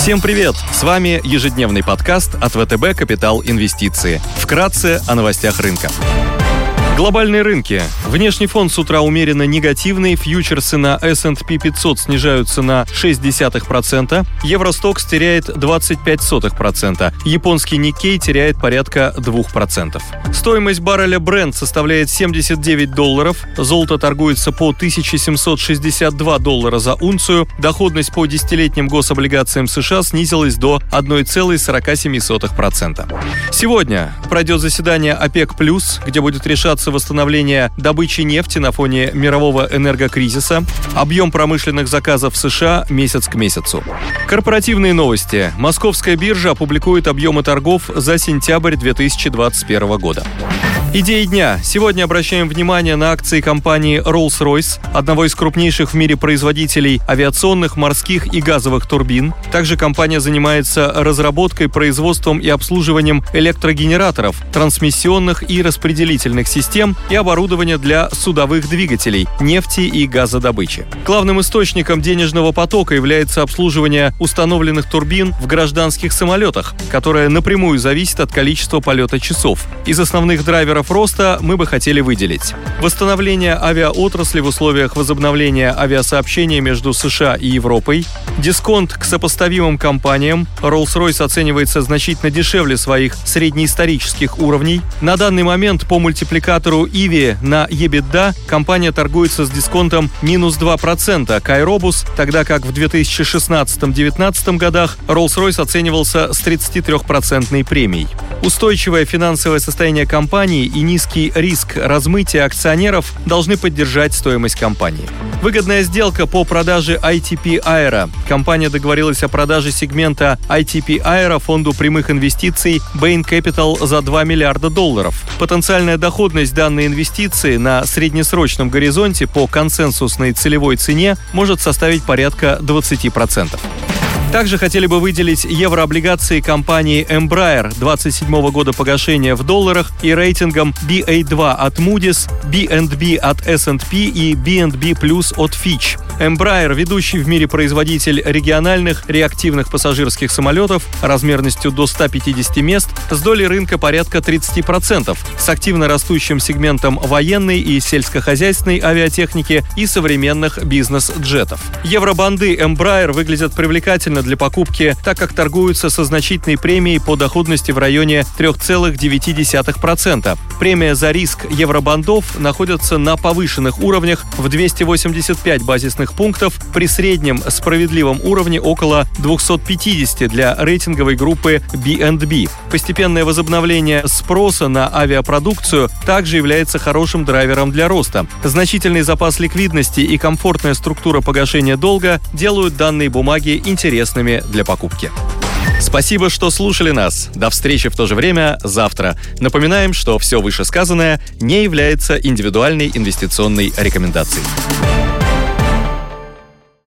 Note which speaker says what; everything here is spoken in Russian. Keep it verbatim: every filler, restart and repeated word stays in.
Speaker 1: Всем привет! С вами ежедневный подкаст от ВТБ «Капитал Инвестиции». Вкратце о новостях рынка. Глобальные рынки. Внешний фон с утра умеренно негативный, фьючерсы на эс энд пи пятьсот снижаются на шесть десятых процента, Евростокс теряет двадцать пять сотых процента, японский Никкей теряет порядка двух процентов. Стоимость барреля Brent составляет семьдесят девять долларов, золото торгуется по тысяча семьсот шестьдесят два доллара за унцию, доходность по десятилетним гособлигациям США снизилась до одна целая сорок семь сотых процента. Сегодня пройдет заседание ОПЕК+, где будет решаться восстановление добычи нефти на фоне мирового энергокризиса, объем промышленных заказов в США месяц к месяцу. Корпоративные новости. Московская биржа опубликует объемы торгов за сентябрь две тысячи двадцать первого года. Идеи дня. Сегодня обращаем внимание на акции компании Rolls-Royce, одного из крупнейших в мире производителей авиационных, морских и газовых турбин. Также компания занимается разработкой, производством и обслуживанием электрогенераторов, трансмиссионных и распределительных систем и оборудования для судовых двигателей, нефти и газодобычи. Главным источником денежного потока является обслуживание установленных турбин в гражданских самолетах, которое напрямую зависит от количества полета часов. Из основных драйверов роста мы бы хотели выделить восстановление авиаотрасли в условиях возобновления авиасообщения между США и Европой, дисконт к сопоставимым компаниям. Rolls-Royce оценивается значительно дешевле своих среднеисторических уровней. На данный момент по мультипликатору и ви ай на EBITDA компания торгуется с дисконтом минус два процента к Airobus, тогда как в две тысячи шестнадцатом — две тысячи девятнадцатом годах Rolls-Royce оценивался с тридцатитрёхпроцентной премией. Устойчивое финансовое состояние компании и низкий риск размытия акционеров должны поддержать стоимость компании. Выгодная сделка по продаже ай ти пи Aero. Компания договорилась о продаже сегмента ай ти пи Aero фонду прямых инвестиций Bain Capital за два миллиарда долларов. Потенциальная доходность данной инвестиции на среднесрочном горизонте по консенсусной целевой цене может составить порядка двадцать процентов. Также хотели бы выделить еврооблигации компании Embraer двадцать седьмого года погашения в долларах и рейтингом би эй два от Moody's, би энд би от эс энд пи и би энд би плюс от Fitch. Embraer – ведущий в мире производитель региональных реактивных пассажирских самолетов размерностью до ста пятидесяти мест с долей рынка порядка тридцати процентов, с активно растущим сегментом военной и сельскохозяйственной авиатехники и современных бизнес-джетов. Евробанды Embraer выглядят привлекательно для покупки, так как торгуются со значительной премией по доходности в районе три целых девять десятых процента. Премия за риск евробандов находится на повышенных уровнях в двести восемьдесят пять базисных пунктов при среднем справедливом уровне около двухсот пятидесяти для рейтинговой группы би энд би. Постепенное возобновление спроса на авиапродукцию также является хорошим драйвером для роста. Значительный запас ликвидности и комфортная структура погашения долга делают данные бумаги интересными для покупки. Спасибо, что слушали нас. До встречи в то же время завтра. Напоминаем, что все вышесказанное не является индивидуальной инвестиционной рекомендацией.